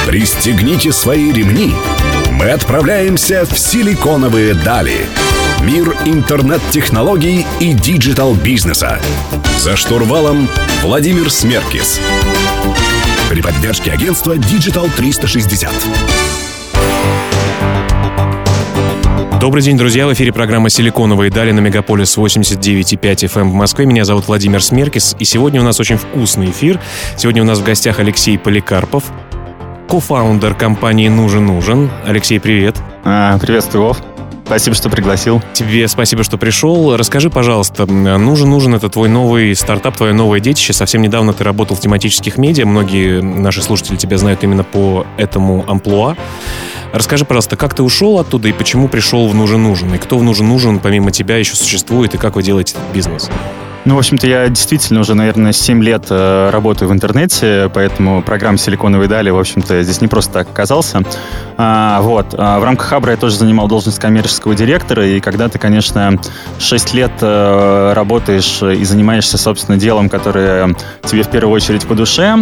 Пристегните свои ремни. Мы отправляемся в силиконовые дали. Мир интернет-технологий и диджитал-бизнеса. За штурвалом Владимир Смеркис. При поддержке агентства Digital 360. Добрый день, друзья! В эфире программа «Силиконовые дали» на Мегаполис 89,5 FM в Москве. Меня зовут Владимир Смеркис, и сегодня у нас очень вкусный эфир. Сегодня у нас в гостях Алексей Поликарпов, кофаундер компании «Нужен». Алексей, привет! Приветствую, Вов. Спасибо, что пригласил. Тебе спасибо, что пришел. Расскажи, пожалуйста, «Нужен» — это твой новый стартап, твое новое детище. Совсем недавно ты работал в тематических медиа. Многие наши слушатели тебя знают именно по этому амплуа. Расскажи, пожалуйста, как ты ушел оттуда и почему пришел в «Нужен». И кто в «Нужен» помимо тебя еще существует, и как вы делаете этот бизнес? Ну, в общем-то, я действительно уже, наверное, 7 лет работаю в интернете, поэтому программа «Силиконовые дали», в общем-то, здесь не просто так оказался. В рамках Хабра я тоже занимал должность коммерческого директора, и когда ты, конечно, 6 лет работаешь и занимаешься, собственно, делом, которое тебе в первую очередь по душе,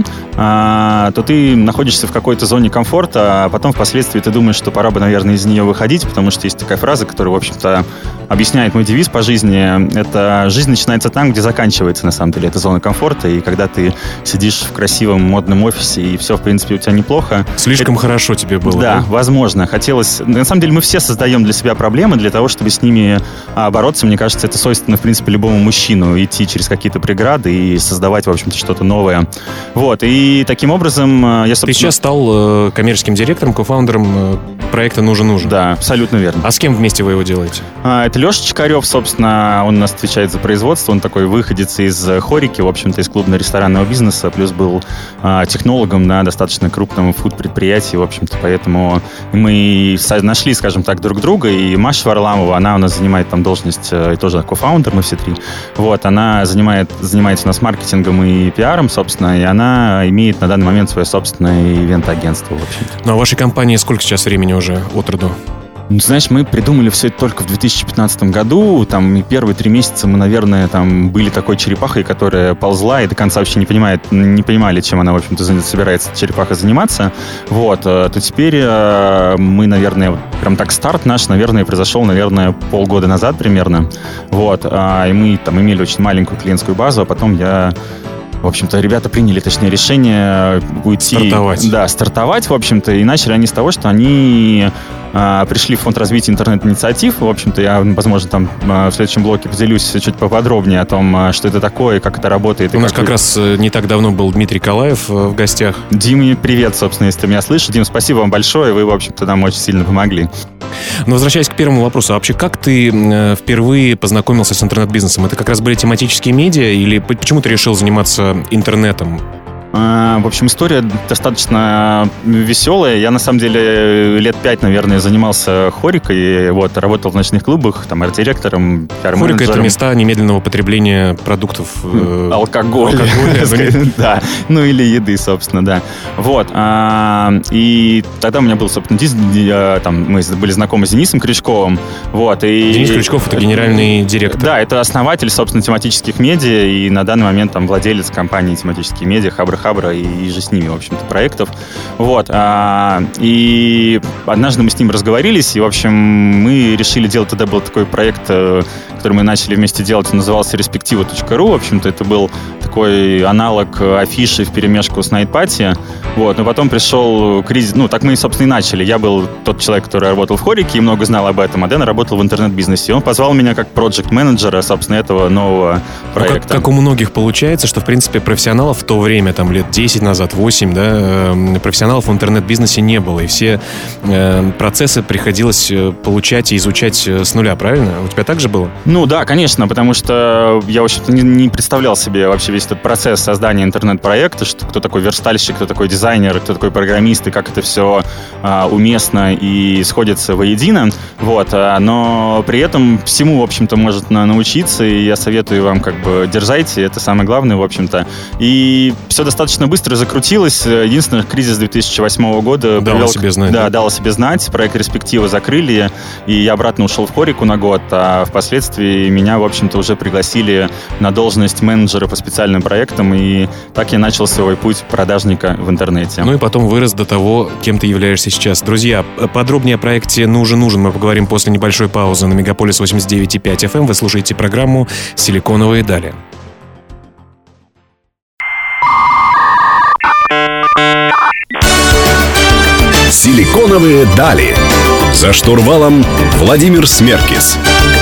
то ты находишься в какой-то зоне комфорта, а потом впоследствии ты думаешь, что пора бы, наверное, из нее выходить, потому что есть такая фраза, которая, в общем-то, объясняет мой девиз по жизни. Это «Жизнь начинается там, где заканчивается, на самом деле, эта зона комфорта, и когда ты сидишь в красивом модном офисе, и все, в принципе, у тебя неплохо». Слишком хорошо тебе было. Да, возможно. Хотелось... На самом деле, мы все создаем для себя проблемы, для того, чтобы с ними бороться. Мне кажется, это свойственно, в принципе, любому мужчину, идти через какие-то преграды и создавать, в общем-то, что-то новое. Вот, и таким образом я, собственно... Ты сейчас стал коммерческим директором, кофаундером проекта «Нужен». Да, абсолютно верно. А с кем вместе вы его делаете? Это Леша Чикарев, собственно, он у нас отвечает за производство, он такой выходец из Хорики, в общем-то, из клубно-ресторанного бизнеса, плюс был технологом на достаточно крупном фуд-предприятии, в общем-то, поэтому мы нашли, скажем так, друг друга, и Маша Варламова, она у нас занимает там должность, тоже кофаундер, мы все три, вот, она занимается у нас маркетингом и пиаром, собственно, и она имеет на данный момент свое собственное ивент-агентство, в общем-то. Ну, а вашей компании сколько сейчас времени уже от роду? Ну, знаешь, мы придумали все это только в 2015 году. Там и первые 3 месяца мы, наверное, там были такой черепахой, которая ползла и до конца вообще не понимали, чем она, в общем-то, собирается, черепаха, заниматься. Вот. То теперь мы, наверное, прям так старт наш, наверное, произошел, наверное, полгода назад примерно. Вот. И мы там имели очень маленькую клиентскую базу, а потом в общем-то, ребята приняли, решение уйти... Стартовать, в общем-то, и начали они с того, что они пришли в фонд развития интернет-инициатив. В общем-то, я, возможно, там в следующем блоке поделюсь чуть поподробнее о том, что это такое, как это работает. У нас как раз не так давно был Дмитрий Калаев в гостях. Диме привет, собственно, если ты меня слышишь. Дим, спасибо вам большое, вы, в общем-то, нам очень сильно помогли. Но возвращаясь к первому вопросу, а вообще как ты впервые познакомился с интернет-бизнесом? Это как раз были тематические медиа или почему ты решил заниматься интернетом? В общем, история достаточно веселая. Я, на самом деле, лет 5, наверное, занимался хорикой. Вот, работал в ночных клубах, там, арт-директором, пиар-менеджером. Хорика — это места немедленного потребления продуктов... Алкоголя. Да, ну или еды, собственно, да. Вот. И тогда у меня был, собственно, мы были знакомы с Денисом Крючковым. Вот, и... Денис Крючков — это генеральный директор. Да, это основатель, собственно, тематических медиа, и на данный момент там владелец компании тематические медиа Хабра и же с ними, в общем-то, проектов. Вот. И однажды мы с ним разговорились, и, в общем, мы решили делать, тогда был такой проект, который мы начали вместе делать, он назывался «Респектива.ру». В общем-то, это был такой аналог афиши вперемешку с Найтпати. Вот. Но потом пришел кризис, так мы, собственно, и начали. Я был тот человек, который работал в Хорике и много знал об этом, а Дэн работал в интернет-бизнесе. И он позвал меня как проект-менеджера, собственно, этого нового проекта. Как у многих получается, что, в принципе, профессионалов в то время, там, лет 10 назад, 8, да, профессионалов в интернет-бизнесе не было, и все процессы приходилось получать и изучать с нуля, правильно? У тебя так же было? Ну да, конечно, потому что я, в общем-то, не представлял себе вообще весь этот процесс создания интернет-проекта, что кто такой верстальщик, кто такой дизайнер, кто такой программист, и как это все уместно и сходится воедино. Вот. Но при этом всему, в общем-то, может научиться, и я советую вам, дерзайте, это самое главное, в общем-то. И все достаточно быстро закрутилось. Единственное, кризис 2008 года дал о себе знать. Да, дал о себе знать. Проект «Респектива» закрыли, и я обратно ушел в Хорику на год, а впоследствии меня, в общем-то, уже пригласили на должность менеджера по специальности социальным проектом, и так я начал свой путь продажника в интернете. Ну и потом вырос до того, кем ты являешься сейчас. Друзья, подробнее о проекте «Нужен» мы поговорим после небольшой паузы на Мегаполис 89.5 FM. Вы слушаете программу «Силиконовые дали». «Силиконовые дали». За штурвалом Владимир Смеркис.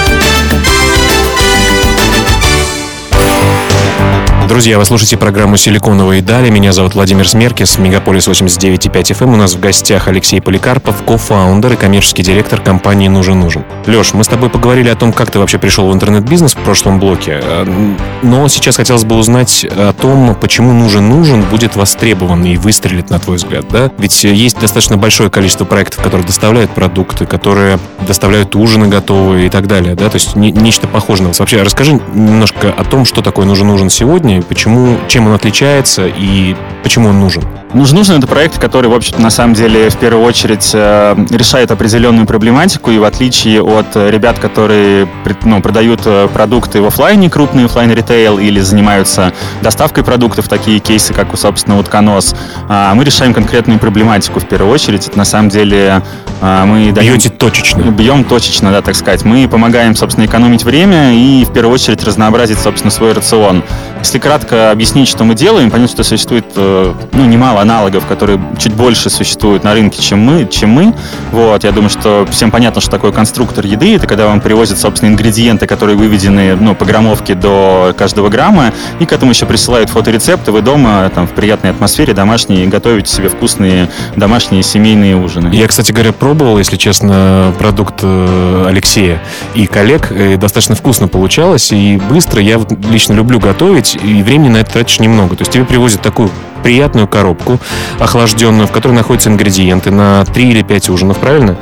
Друзья, вы слушаете программу «Силиконовые дали». Меня зовут Владимир Смеркис, Мегаполис 89.5 FM. У нас в гостях Алексей Поликарпов, кофаундер и коммерческий директор компании «Нужен». Леш, мы с тобой поговорили о том, как ты вообще пришел в интернет-бизнес в прошлом блоке. Но сейчас хотелось бы узнать о том, почему «Нужен» будет востребован и выстрелит, на твой взгляд, да? Ведь есть достаточно большое количество проектов, которые доставляют продукты, которые доставляют ужины готовые и так далее, да? То есть нечто похожее. Вообще, расскажи немножко о том, что такое «Нужен» сегодня, почему, чем он отличается и почему он нужен? «Нужен» — это проект, который, в общем-то, на самом деле, в первую очередь решает определенную проблематику, и в отличие от ребят, которые продают продукты в офлайне, крупный офлайн ритейл, или занимаются доставкой продуктов, такие кейсы, как, собственно, Утконос, мы решаем конкретную проблематику в первую очередь. Это, на самом деле, мы бьете точечно. Бьем точечно, да, так сказать. Мы помогаем, собственно, экономить время и, в первую очередь, разнообразить, собственно, свой рацион. Если кратко объяснить, что мы делаем, понятно, что существует немало аналогов, которые чуть больше существуют на рынке, чем мы. Вот, я думаю, что всем понятно, что такое конструктор еды. Это когда вам привозят, собственно, ингредиенты, которые выведены по граммовке до каждого грамма, и к этому еще присылают фоторецепты. Вы дома, в приятной атмосфере домашней, готовите себе вкусные домашние семейные ужины. Я, кстати говоря, пробовал, если честно, продукт Алексея и коллег. И достаточно вкусно получалось и быстро. Я лично люблю готовить, и времени на это тратишь немного. То есть тебе привозят такую приятную коробку охлажденную, в которой находятся ингредиенты на 3 или 5 ужинов, правильно?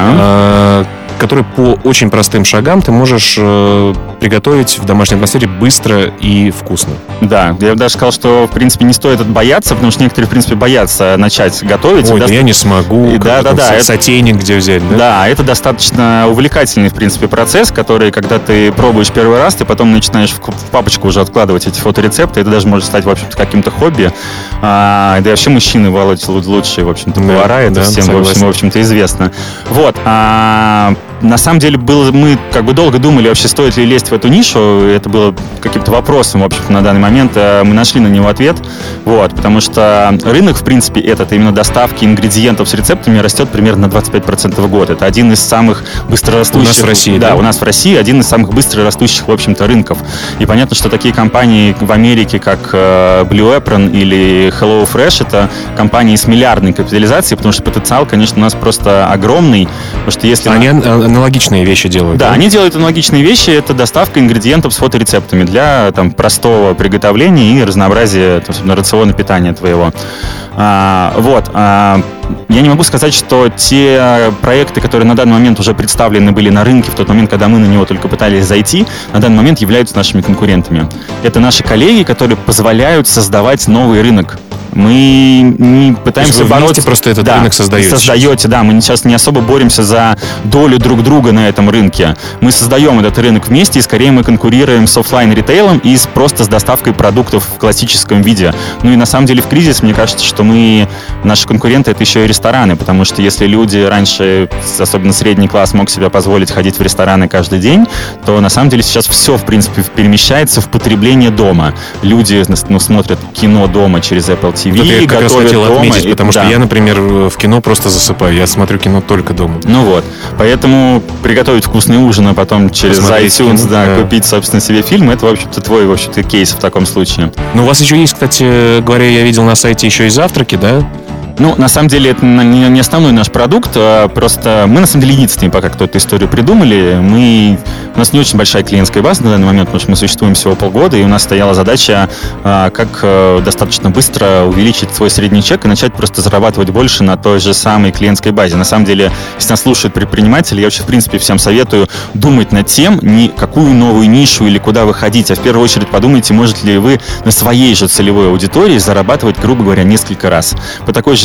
Да. Который по очень простым шагам ты можешь приготовить в домашней атмосфере быстро и вкусно. Да, я бы даже сказал, что, в принципе, не стоит бояться, потому что некоторые, в принципе, боятся начать готовить. Ой, я не смогу. Да. Сотейник где взять, да? Да, это достаточно увлекательный, в принципе, процесс, который, когда ты пробуешь первый раз, ты потом начинаешь в папочку уже откладывать эти фоторецепты. Это даже может стать, в общем-то, каким-то хобби. Да и вообще мужчины, Володь, лучшие, в общем-то, повара. Это всем, в общем-то, известно. Вот. На самом деле мы долго думали, вообще стоит ли лезть в эту нишу. Это было каким-то вопросом, в общем-то, на данный момент. Мы нашли на него ответ. Вот, потому что рынок, в принципе, именно доставки ингредиентов с рецептами растет примерно на 25% в год. Это один из самых быстрорастущих... У нас в России, да? У нас в России один из самых быстрорастущих, в общем-то, рынков. И понятно, что такие компании в Америке, как Blue Apron или HelloFresh, это компании с миллиардной капитализацией, потому что потенциал, конечно, у нас просто огромный. Потому что если... Они аналогичные вещи делают. Да, они делают аналогичные вещи. Это доставка ингредиентов с фоторецептами для простого приготовления и разнообразия рациона питания твоего. Я не могу сказать, что те проекты, которые на данный момент уже представлены были на рынке в тот момент, когда мы на него только пытались зайти, на данный момент являются нашими конкурентами. Это наши коллеги, которые позволяют создавать новый рынок. Мы не пытаемся бороться. Просто этот рынок создаете. Да. Мы сейчас не особо боремся за долю друг друга на этом рынке. Мы создаем этот рынок вместе, и скорее мы конкурируем с офлайн-ритейлом и просто с доставкой продуктов в классическом виде. Ну и на самом деле в кризис, мне кажется, что наши конкуренты — это еще и рестораны, потому что если люди раньше, особенно средний класс, мог себе позволить ходить в рестораны каждый день, то на самом деле сейчас все, в принципе, перемещается в потребление дома. Люди смотрят кино дома через Apple TV, вот я как раз хотел дома, отметить, потому что я, например, в кино просто засыпаю. Я смотрю кино только дома. Ну вот. Поэтому приготовить вкусный ужин, а потом через iTunes купить, собственно, себе фильм, это, в общем-то, твой, кейс в таком случае. Ну, у вас еще есть, кстати говоря, я видел на сайте еще и завтраки, да? Ну, на самом деле, это не основной наш продукт, просто мы, на самом деле, единственные пока кто эту историю придумали. У нас не очень большая клиентская база на данный момент, потому что мы существуем всего полгода, и у нас стояла задача, как достаточно быстро увеличить свой средний чек и начать просто зарабатывать больше на той же самой клиентской базе. На самом деле, если нас слушают предприниматели, я вообще, в принципе, всем советую думать над тем, не какую новую нишу или куда выходить, а в первую очередь подумайте, можете ли вы на своей же целевой аудитории зарабатывать, грубо говоря, несколько раз. По такой же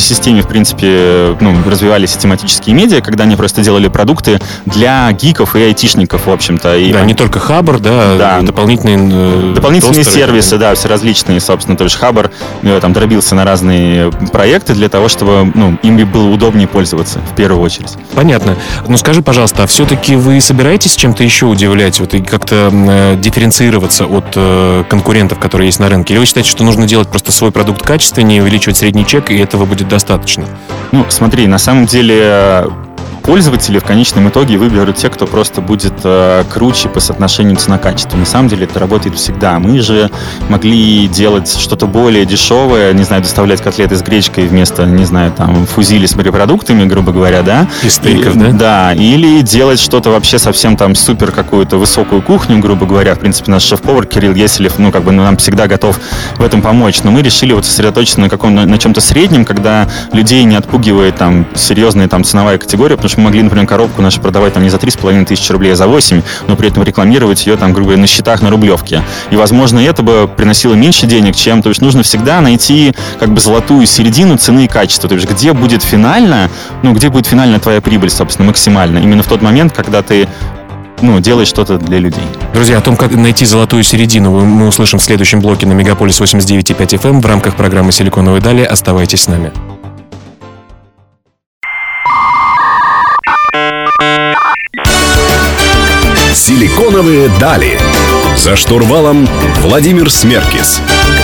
системе, в принципе, развивались тематические медиа, когда они просто делали продукты для гиков и айтишников, в общем-то. И, не только Хабр, дополнительные сервисы, все различные, собственно. То есть Хабр там дробился на разные проекты для того, чтобы ими было удобнее пользоваться, в первую очередь. Понятно. Скажи, пожалуйста, а все-таки вы собираетесь чем-то еще удивлять, и как-то дифференцироваться от конкурентов, которые есть на рынке? Или вы считаете, что нужно делать просто свой продукт качественнее, увеличивать средний чек, и этого будет достаточно? Смотри, на самом деле пользователи в конечном итоге выберут те, кто просто будет круче по соотношению цена-качество. На самом деле это работает всегда. Мы же могли делать что-то более дешевое, доставлять котлеты с гречкой вместо, фузили с морепродуктами, грубо говоря, да? Из стейков, да? Да, или делать что-то вообще совсем супер какую-то высокую кухню, грубо говоря. В принципе, наш шеф-повар Кирилл Еселев, нам всегда готов в этом помочь. Но мы решили сосредоточиться на чем-то среднем, когда людей не отпугивает серьезная ценовая категория, потому что мы могли, например, коробку нашу продавать не за 3,5 рублей, а за 8, но при этом рекламировать ее, грубо говоря, на счетах на Рублевке. И, возможно, это бы приносило меньше денег, чем... То есть нужно всегда найти золотую середину цены и качества. То есть где будет финально, где будет финальная твоя прибыль, собственно, максимально. Именно в тот момент, когда ты делаешь что-то для людей. Друзья, о том, как найти золотую середину, мы услышим в следующем блоке на Мегаполис 89.5 FM в рамках программы «Силиконовые дали». Оставайтесь с нами. «Силиконовые дали». За штурвалом Владимир Смеркис.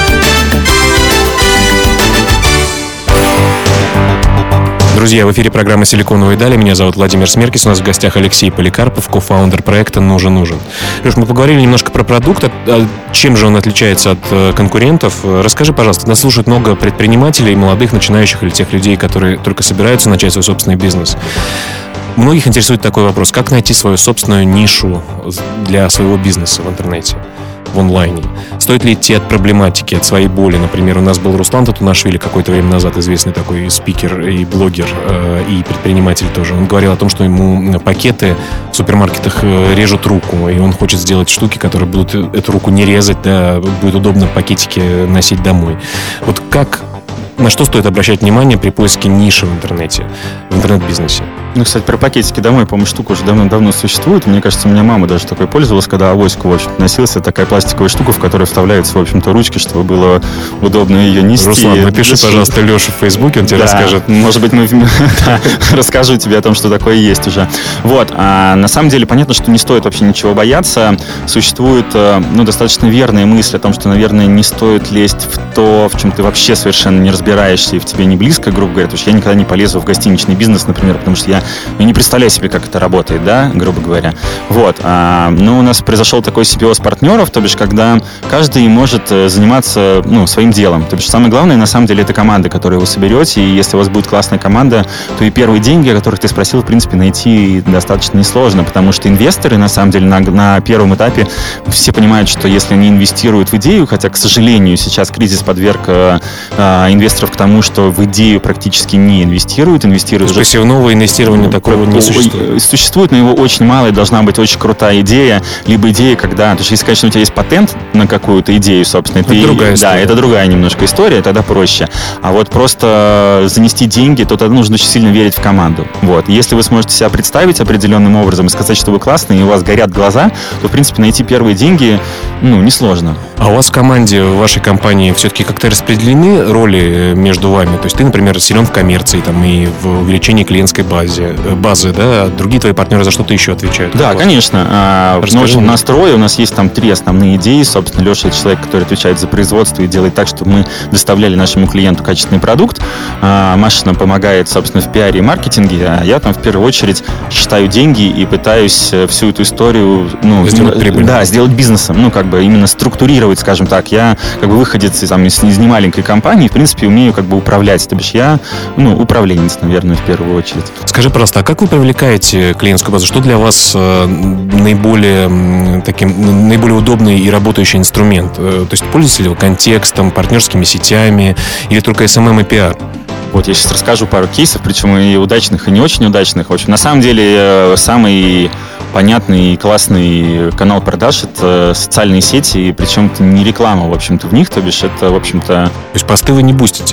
Друзья, в эфире программа «Силиконовые дали». Меня зовут Владимир Смеркис. У нас в гостях Алексей Поликарпов, кофаундер проекта «Нужен». Леш, мы поговорили немножко про продукт. Чем же он отличается от конкурентов? Расскажи, пожалуйста. Нас слушает много предпринимателей, молодых, начинающих или тех людей, которые только собираются начать свой собственный бизнес. Многих интересует такой вопрос: как найти свою собственную нишу для своего бизнеса в интернете, в онлайне? Стоит ли идти от проблематики, от своей боли? Например, у нас был Руслан Татунашвили какое-то время назад, известный такой спикер и блогер, и предприниматель тоже. Он говорил о том, что ему пакеты в супермаркетах режут руку, и он хочет сделать штуки, которые будут эту руку не резать, да, будет удобно пакетики носить домой. На что стоит обращать внимание при поиске ниши в интернете, в интернет-бизнесе? Кстати, про пакетики домой, по-моему, штука уже давно существует. Мне кажется, у меня мама даже такой пользовалась, когда авоську, в общем-то, носилась. Это такая пластиковая штука, в которую вставляются, в общем-то, ручки, чтобы было удобно ее нести. Руслан, напиши, пожалуйста, Леше в Фейсбуке, он тебе расскажет. Может быть, расскажу тебе о том, что такое есть уже. А на самом деле понятно, что не стоит вообще ничего бояться. Существует, достаточно верная мысль о том, что, наверное, не стоит лезть в то, в чем ты вообще совершенно не разбираешься и в тебе не близко, грубо говоря. То есть я никогда не полезу в гостиничный бизнес, например, потому что я не представляю себе, как это работает, да, грубо говоря. Но у нас произошел такой симбиоз партнеров, то бишь, когда каждый может заниматься, своим делом. То бишь, самое главное, на самом деле, это команда, которую вы соберете, и если у вас будет классная команда, то и первые деньги, о которых ты спросил, в принципе, найти достаточно несложно, потому что инвесторы, на самом деле, на первом этапе все понимают, что если они инвестируют в идею, хотя, к сожалению, сейчас кризис подверг инвесторов к тому, что в идею практически не инвестируют уже... Пассивного инвестирования такого не существует. Существует, но его очень мало, и должна быть очень крутая идея, либо идея, когда... То есть, если, конечно, у тебя есть патент на какую-то идею, собственно, это другая история. Да, это другая немножко история, тогда проще. А просто занести деньги, то тогда нужно очень сильно верить в команду. Если вы сможете себя представить определенным образом и сказать, что вы классный, и у вас горят глаза, то, в принципе, найти первые деньги, несложно. А у вас в команде, в вашей компании все-таки как-то распределены роли между вами? То есть ты, например, силен в коммерции и в увеличении клиентской базы, да? А другие твои партнеры за что-то еще отвечают? Да, конечно. У нас трое, у нас есть 3 основные идеи. Собственно, Леша — это человек, который отвечает за производство и делает так, чтобы мы доставляли нашему клиенту качественный продукт. Маша нам помогает, собственно, в пиаре и маркетинге, а я в первую очередь считаю деньги и пытаюсь всю эту историю сделать прибыль. Да, сделать бизнесом, именно структурировать, скажем так. Я выходец из немаленькой компании, в принципе, умею управлять. То бишь я управленец, наверное, в первую очередь. Скажи, пожалуйста, а как вы привлекаете клиентскую базу? Что для вас наиболее удобный и работающий инструмент? То есть пользуетесь ли вы контекстом, партнерскими сетями или только SMM и PR? Я сейчас расскажу пару кейсов, причем и удачных, и не очень удачных. В общем, на самом деле, самый понятный и классный канал продаж — это социальные сети, и причем это не реклама, в общем-то, в них, то бишь это, в общем-то... То есть посты вы не бустите?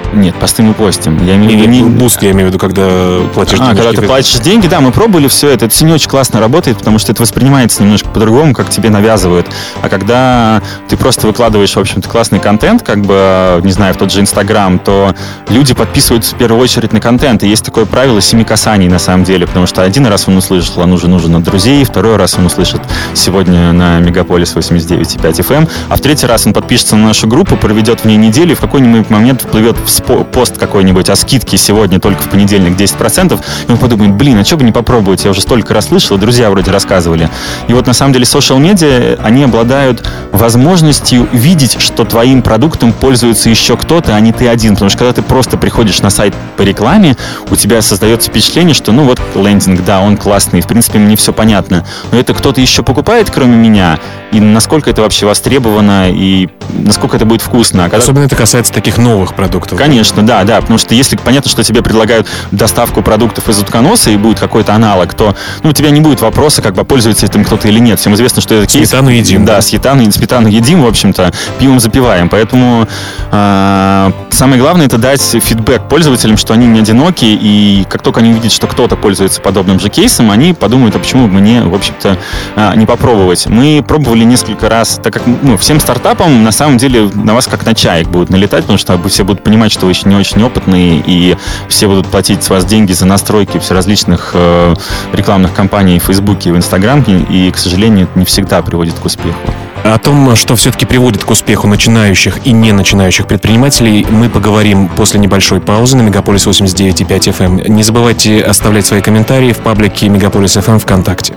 Нет, посты мы постим. Я имею в виду буст, я имею в виду, когда платишь деньги. Когда ты платишь деньги, да, мы пробовали все это. Это все не очень классно работает, потому что это воспринимается немножко по-другому, как тебе навязывают. А когда ты просто выкладываешь, в общем-то, классный контент, как бы, не знаю, в тот же Инстаграм, то люди подписываются в первую очередь на контент. И есть такое правило 7 касаний, на самом деле, потому что один раз он услышал, а нужен от друзей, второй раз он услышит сегодня на Мегаполис 89.5 FM, а в третий раз он подпишется на нашу группу, проведет в ней неделю, и в какой-нибудь момент вплывет в пост какой-нибудь о скидке сегодня только в понедельник 10%, и он подумает, а что бы не попробовать, я уже столько раз слышал, и друзья вроде рассказывали. И вот на самом деле социал-медиа, они обладают возможностью видеть, что твоим продуктом пользуется еще кто-то, а не ты один, потому что когда ты просто приходишь на сайт по рекламе, у тебя создается впечатление, что лендинг, да, он классный, в принципе, мне все понятно, но это кто-то еще покупает, кроме меня, и насколько это вообще востребовано, и насколько это будет вкусно. Особенно это касается таких новых продуктов. Конечно, да, потому что если понятно, что тебе предлагают доставку продуктов из утконоса и будет какой-то аналог, то у тебя не будет вопроса, как бы пользуется этим кто-то или нет. Всем известно, что это кейс. Сметану едим. Да, сметану едим, в общем-то, пивом запиваем. Поэтому самое главное — это дать фидбэк пользователям, что они не одиноки, и как только они увидят, что кто-то пользуется подобным же кейсом, они подумают, а почему бы мне, в общем-то, не попробовать. Мы пробовали несколько раз, так как всем стартапам на самом деле на вас как на чаек будут налетать, потому что все будут понимать, что вы еще не очень опытные, и все будут платить с вас деньги за настройки всеразличных рекламных кампаний в Фейсбуке и в Инстаграме, и, к сожалению, это не всегда приводит к успеху. О том, что все-таки приводит к успеху начинающих и не начинающих предпринимателей, мы поговорим после небольшой паузы на Мегаполис 89.5 FM. Не забывайте оставлять свои комментарии в паблике Мегаполис FM ВКонтакте.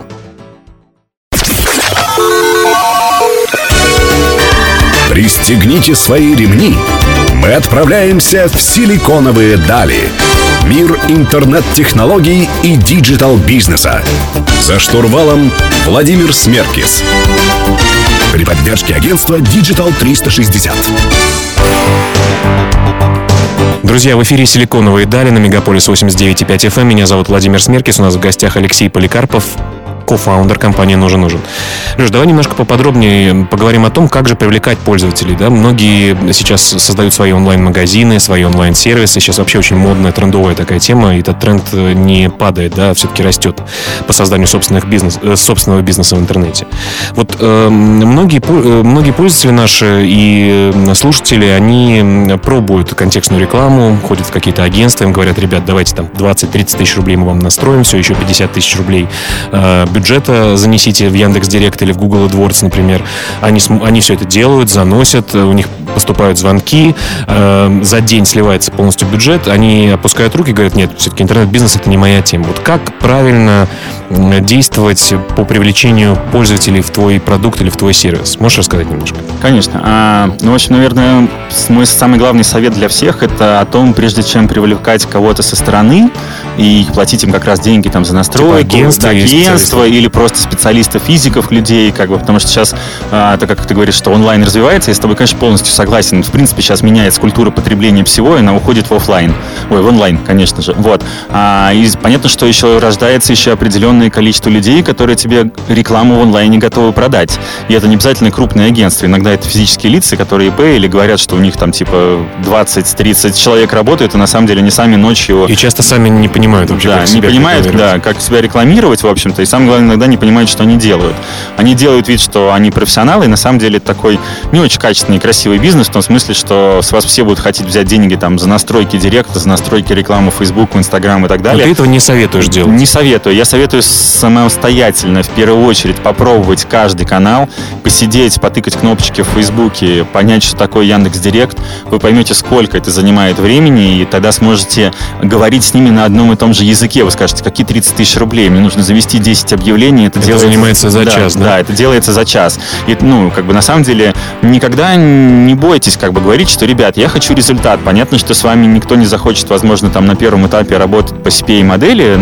Пристегните свои ремни. Мы отправляемся в силиконовые дали. Мир интернет-технологий и диджитал-бизнеса. За штурвалом Владимир Смеркис. При поддержке агентства Digital 360. Друзья, в эфире «Силиконовые дали» на Мегаполис 89.5 FM. Меня зовут Владимир Смеркис. У нас в гостях Алексей Поликарпов, кофаундер компании «Нужен». Леш, давай немножко поподробнее поговорим о том, как же привлекать пользователей. Да? Многие сейчас создают свои онлайн-магазины, свои онлайн-сервисы. Сейчас вообще очень модная, трендовая такая тема. И этот тренд не падает, да, все-таки растет по созданию собственного бизнеса в интернете. Вот многие пользователи наши и слушатели, они пробуют контекстную рекламу, ходят в какие-то агентства, им говорят, ребят, давайте там 20-30 тысяч рублей мы вам настроим, все, еще 50 тысяч рублей бюджета занесите в Яндекс.Директ или в Google AdWords, например. Они все это делают, заносят, у них поступают звонки, за день сливается полностью бюджет, они опускают руки и говорят, нет, все-таки интернет-бизнес — это не моя тема. Вот как правильно действовать по привлечению пользователей в твой продукт или в твой сервис? Можешь рассказать немножко? Конечно. В общем, наверное, мой самый главный совет для всех — это о том, прежде чем привлекать кого-то со стороны и платить им как раз деньги там за настройку, типа агентство или просто специалистов-физиков, людей, как бы, потому что сейчас, так как ты говоришь, что онлайн развивается, я с тобой, конечно, полностью согласен. В принципе, сейчас меняется культура потребления всего, и она уходит в офлайн. В онлайн, конечно же. Вот. И понятно, что еще рождается еще определенное количество людей, которые тебе рекламу в онлайне готовы продать. И это не обязательно крупные агентства. Иногда это физические лица, которые ИП, или говорят, что у них там типа 20-30 человек работают, и на самом деле они сами ночью... И часто сами не понимают вообще, как себя рекламировать. Как себя рекламировать, в общем-то. И самое главное, иногда не понимают, что они делают. Они делают вид, что они профессионалы, и на самом деле это такой не очень качественный и красивый бизнес, в том смысле, что с вас все будут хотеть взять деньги там за настройки Директа, за настройки рекламы в Facebook, в Instagram и так далее. Но ты этого не советуешь делать? Не советую. Я советую самостоятельно в первую очередь попробовать каждый канал, посидеть, потыкать кнопочки в Фейсбуке, понять, что такое Яндекс.Директ. Вы поймете, сколько это занимает времени, и тогда сможете говорить с ними на одном и том же языке. Вы скажете, какие 30 тысяч рублей? Мне нужно завести 10 объявлений. Это занимается за час, да? Да, это делается за час. И, на самом деле, никогда не бойтесь, говорить, что, ребят, я хочу результат. Понятно, что с вами никто не захочет, возможно, там на первом этапе работать по CPA-модели,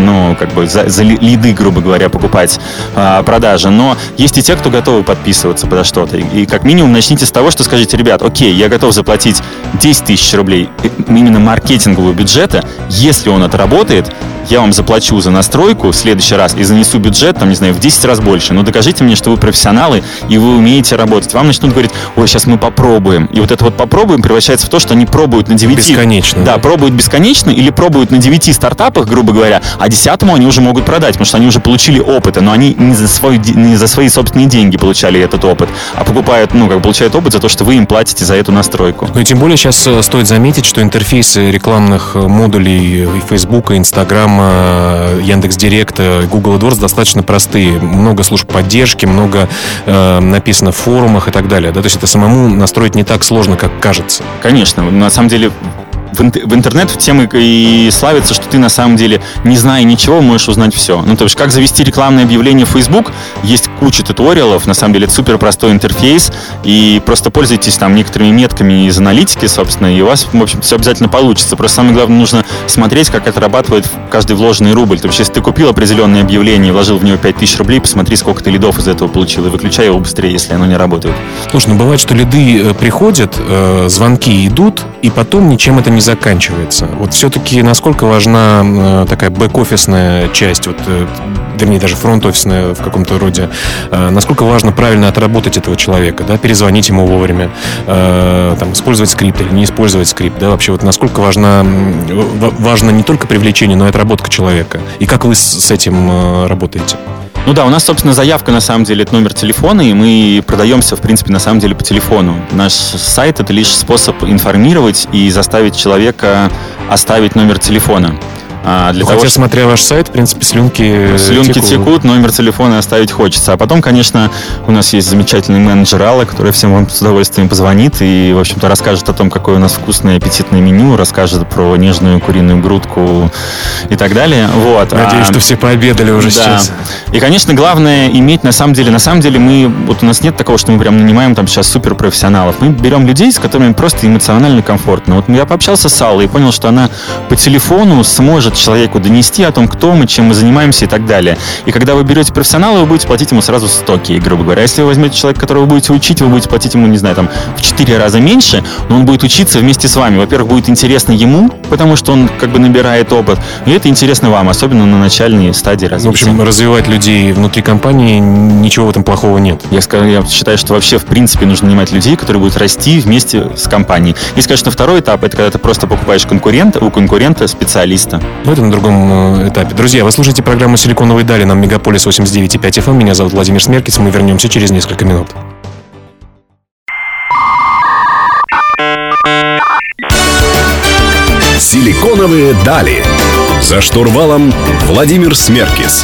за лиды, грубо говоря, покупать продажи. Но есть и те, кто готовы подписываться подо что-то. И как минимум начните с того, что скажите, ребят, окей, я готов заплатить 10 тысяч рублей именно маркетингового бюджета. Если он отработает, я вам заплачу за настройку в следующий раз и занесу бюджет, там, не знаю, в 10 раз больше. Но докажите мне, что вы профессионалы и вы умеете работать. Вам начнут говорить: ой, сейчас мы попробуем. И вот это вот попробуем превращается в то, что они пробуют на 9... Бесконечно. Да, пробуют бесконечно или пробуют на 9 стартапах, грубо говоря, а 10-му они уже могут продать, потому что они уже получили опыт, но они не за свои собственные деньги получали этот опыт, а покупают, получают опыт за то, что вы им платите за эту настройку. Ну и тем более сейчас стоит заметить, что интерфейсы рекламных модулей и Facebook, и Instagram, Яндекс.Директа, Google AdWords достаточно простые. Много служб поддержки, много написано в форумах и так далее. Да? То есть это самому настроить не так сложно, как кажется. Конечно. На самом деле в интернет тем и славится, что ты на самом деле, не зная ничего, можешь узнать все. То есть, как завести рекламное объявление в Facebook, есть куча туториалов, на самом деле это супер простой интерфейс, и просто пользуйтесь там некоторыми метками из аналитики, собственно, и у вас, в общем, все обязательно получится. Просто самое главное, нужно смотреть, как отрабатывает каждый вложенный рубль. То есть, если ты купил определенное объявление и вложил в него 5000 рублей, посмотри, сколько ты лидов из этого получил, и выключай его быстрее, если оно не работает. Слушай, бывает, что лиды приходят, звонки идут, и потом ничем это не заканчивается. Вот все-таки насколько важна такая бэк-офисная часть, вернее, даже фронт-офисная в каком-то роде, насколько важно правильно отработать этого человека, да, перезвонить ему вовремя, использовать скрипт или не использовать скрипт, да, вообще насколько важно не только привлечение, но и отработка человека. И как вы с этим работаете? У нас, собственно, заявка, на самом деле, это номер телефона, и мы продаемся, в принципе, на самом деле, по телефону. Наш сайт — это лишь способ информировать и заставить человека оставить номер телефона. Смотря ваш сайт, в принципе, слюнки текут, номер телефона оставить хочется. А потом, конечно, у нас есть замечательный менеджер Алла, который всем вам с удовольствием позвонит и, в общем-то, расскажет о том, какое у нас вкусное аппетитное меню, расскажет про нежную куриную грудку и так далее. Надеюсь, что все пообедали уже сейчас. И, конечно, главное иметь, на самом деле, у нас нет такого, что мы прям нанимаем там сейчас суперпрофессионалов. Мы берем людей, с которыми просто эмоционально комфортно. Я пообщался с Аллой и понял, что она по телефону сможет человеку донести о том, кто мы, чем мы занимаемся и так далее. И когда вы берете профессионала, вы будете платить ему сразу 100 грубо говоря. Если вы возьмете человека, которого вы будете учить, вы будете платить ему, в 4 раза меньше, но он будет учиться вместе с вами. Во-первых, будет интересно ему, потому что он набирает опыт, и это интересно вам, особенно на начальной стадии развития. В общем, развивать людей внутри компании, ничего в этом плохого нет. Я считаю, что вообще, в принципе, нужно нанимать людей, которые будут расти вместе с компанией. Есть, конечно, второй этап, это когда ты просто покупаешь у конкурента специалиста. Это на другом этапе. Друзья, вы слушаете программу «Силиконовые дали» на Мегаполис 89.5 FM. Меня зовут Владимир Смеркис. Мы вернемся через несколько минут. «Силиконовые дали». За штурвалом Владимир Смеркис.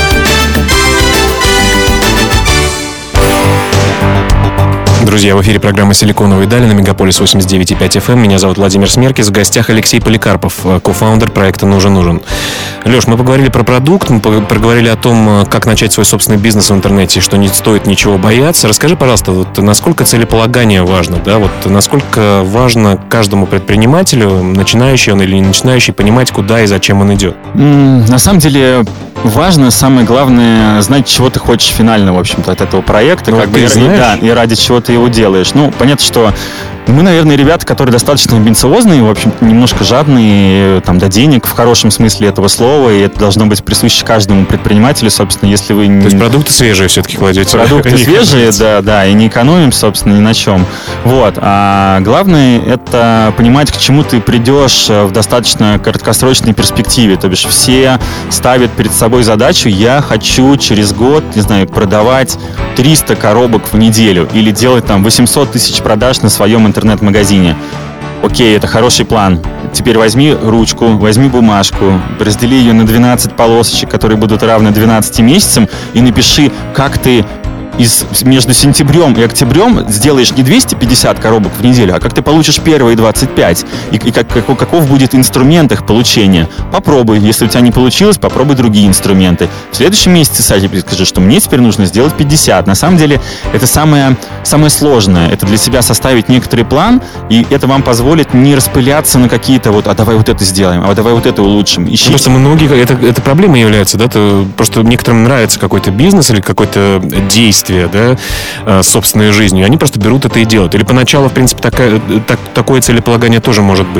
Друзья, в эфире программа «Силиконовые дали» на Мегаполис 89.5 FM. Меня зовут Владимир Смеркис. В гостях Алексей Поликарпов, кофаундер проекта «Нужен». Леш, мы поговорили про продукт, мы поговорили о том, как начать свой собственный бизнес в интернете, что не стоит ничего бояться. Расскажи, пожалуйста, насколько целеполагание важно, да? Насколько важно каждому предпринимателю, начинающий он или не начинающий, понимать, куда и зачем он идет? На самом деле важно, самое главное, знать, чего ты хочешь финально, в общем-то, от этого проекта. И ради чего ты его делаешь. Понятно, что мы, наверное, ребята, которые достаточно амбициозные, в общем, немножко жадные до денег в хорошем смысле этого слова, и это должно быть присуще каждому предпринимателю, собственно, если вы... То есть продукты свежие все-таки кладете? Продукты свежие, да, и не экономим, собственно, ни на чем. А главное, это понимать, к чему ты придешь в достаточно краткосрочной перспективе. То бишь все ставят перед собой задачу: я хочу через год, продавать 300 коробок в неделю или делать 800 тысяч продаж на своем интернет-магазине. Окей, это хороший план. Теперь возьми ручку, возьми бумажку, раздели ее на 12 полосочек, которые будут равны 12 месяцам, и напиши, как ты между сентябрем и октябрем сделаешь не 250 коробок в неделю, а как ты получишь первые 25. И каков будет инструмент их получения. Попробуй. Если у тебя не получилось, попробуй другие инструменты. В следующем месяце сайте скажи, что мне теперь нужно сделать 50. На самом деле, это самое сложное. Это для себя составить некоторый план, и это вам позволит не распыляться на какие-то а давай вот это сделаем, а давай вот это улучшим. Ищите. Просто многие, это проблема является, да? Просто некоторым нравится какой-то бизнес или какое-то действие, да, собственной жизнью. Они просто берут это и делают. Или поначалу, в принципе, такое целеполагание тоже может быть.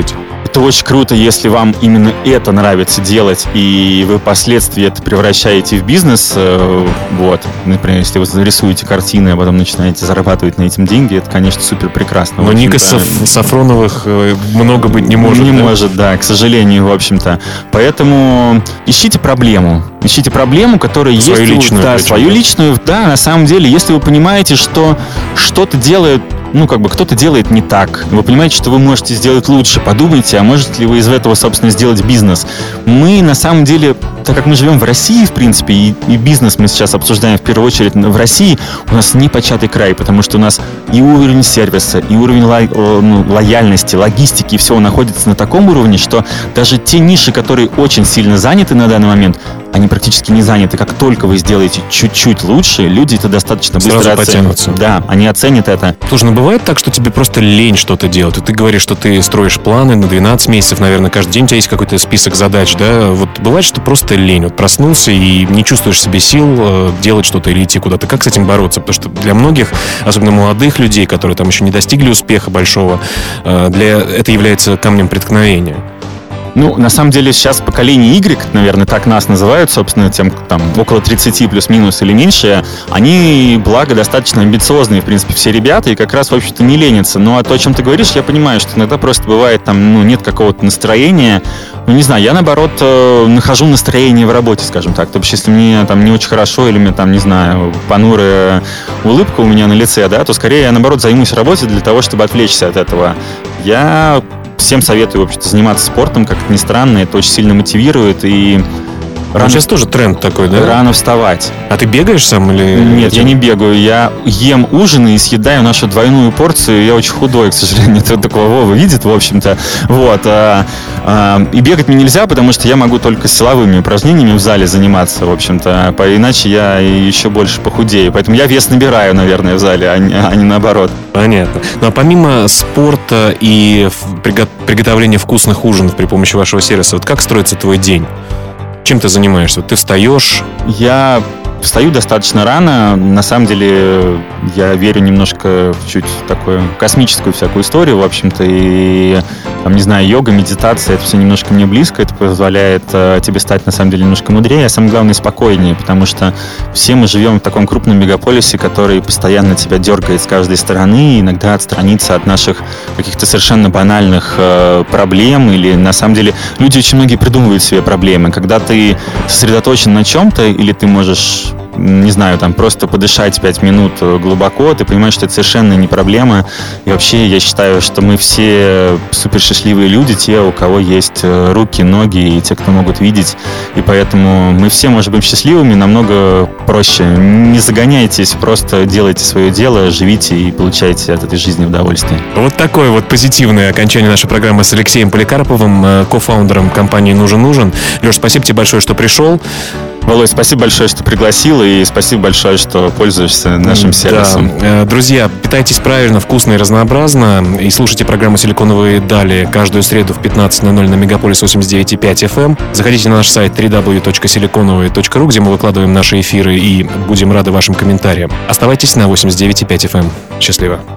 Это очень круто, если вам именно это нравится делать, и вы впоследствии это превращаете в бизнес. Вот. Например, если вы рисуете картины, а потом начинаете зарабатывать на этом деньги, это, конечно, супер прекрасно. Но Ника Сафроновых много быть не может. Не может, да, к сожалению, в общем-то. Поэтому ищите проблему. Ищите проблему, которая есть... Свою личную. Да, свою личную. Да, на самом деле, если вы понимаете, что что-то делает, кто-то делает не так, вы понимаете, что вы можете сделать лучше, подумайте, а можете ли вы из этого, собственно, сделать бизнес. Мы, на самом деле, так как мы живем в России, в принципе, и бизнес мы сейчас обсуждаем в первую очередь в России, у нас непочатый край, потому что у нас и уровень сервиса, и уровень лояльности, логистики, все находится на таком уровне, что даже те ниши, которые очень сильно заняты на данный момент, они практически не заняты. Как только вы сделаете чуть-чуть лучше, люди это достаточно быстро потянутся. Да, они оценят это. Слушай, бывает так, что тебе просто лень что-то делать? И ты говоришь, что ты строишь планы на 12 месяцев, наверное, каждый день у тебя есть какой-то список задач, да? Вот бывает, что просто лень. Вот проснулся и не чувствуешь себе сил делать что-то или идти куда-то. Как с этим бороться? Потому что для многих, особенно молодых людей, которые там еще не достигли успеха большого, это является камнем преткновения. На самом деле, сейчас поколение Y, наверное, так нас называют, собственно, тем, там, около 30 плюс-минус или меньше, они, благо, достаточно амбициозные, в принципе, все ребята, и как раз, в общем-то, не ленятся. Но то, о чем ты говоришь, я понимаю, что иногда просто бывает, там, нет какого-то настроения. Не знаю, я, наоборот, нахожу настроение в работе, скажем так. То есть, если мне там не очень хорошо, или мне там, не знаю, понурая улыбка у меня на лице, да, то скорее я, наоборот, займусь работой для того, чтобы отвлечься от этого. Я всем советую, в общем-то, заниматься спортом, как ни странно, это очень сильно мотивирует, и сейчас тоже тренд такой, да? Рано вставать. А ты бегаешь сам или... Нет, я не бегаю. Я ем ужин и съедаю нашу двойную порцию. Я очень худой, к сожалению. Кто такого Вова видит, в общем-то. Вот. И бегать мне нельзя, потому что я могу только силовыми упражнениями в зале заниматься, в общем-то. Иначе я еще больше похудею. Поэтому я вес набираю, наверное, в зале, а не наоборот. Понятно. Ну, а помимо спорта и приготовления вкусных ужинов при помощи вашего сервиса, вот как строится твой день? Чем ты занимаешься? Ты встаешь? Я встаю достаточно рано. На самом деле, я верю немножко в чуть такую космическую всякую историю, в общем-то. И, не знаю, йога, медитация, это все немножко мне близко. Это позволяет тебе стать, на самом деле, немножко мудрее, а самое главное, спокойнее. Потому что все мы живем в таком крупном мегаполисе, который постоянно тебя дергает с каждой стороны. И иногда отстраниться от наших каких-то совершенно банальных проблем. Или, на самом деле, люди очень многие придумывают себе проблемы. Когда ты сосредоточен на чем-то, или ты можешь, не знаю, там просто подышать 5 минут глубоко, ты понимаешь, что это совершенно не проблема. И вообще я считаю, что мы все супер счастливые люди, те, у кого есть руки, ноги, и те, кто могут видеть. И поэтому мы все можем быть счастливыми намного проще. Не загоняйтесь, просто делайте свое дело, живите и получайте от этой жизни удовольствие. Вот такое вот позитивное окончание нашей программы с Алексеем Поликарповым, кофаундером компании «Нужен». Леш, спасибо тебе большое, что пришел. Володь, спасибо большое, что пригласил, и спасибо большое, что пользуешься нашим сервисом. Да. Друзья, питайтесь правильно, вкусно и разнообразно, и слушайте программу «Силиконовые дали» каждую среду в 15:00 на Мегаполис 89.5 FM. Заходите на наш сайт www.siliconovые.ru, где мы выкладываем наши эфиры, и будем рады вашим комментариям. Оставайтесь на 89.5 FM. Счастливо.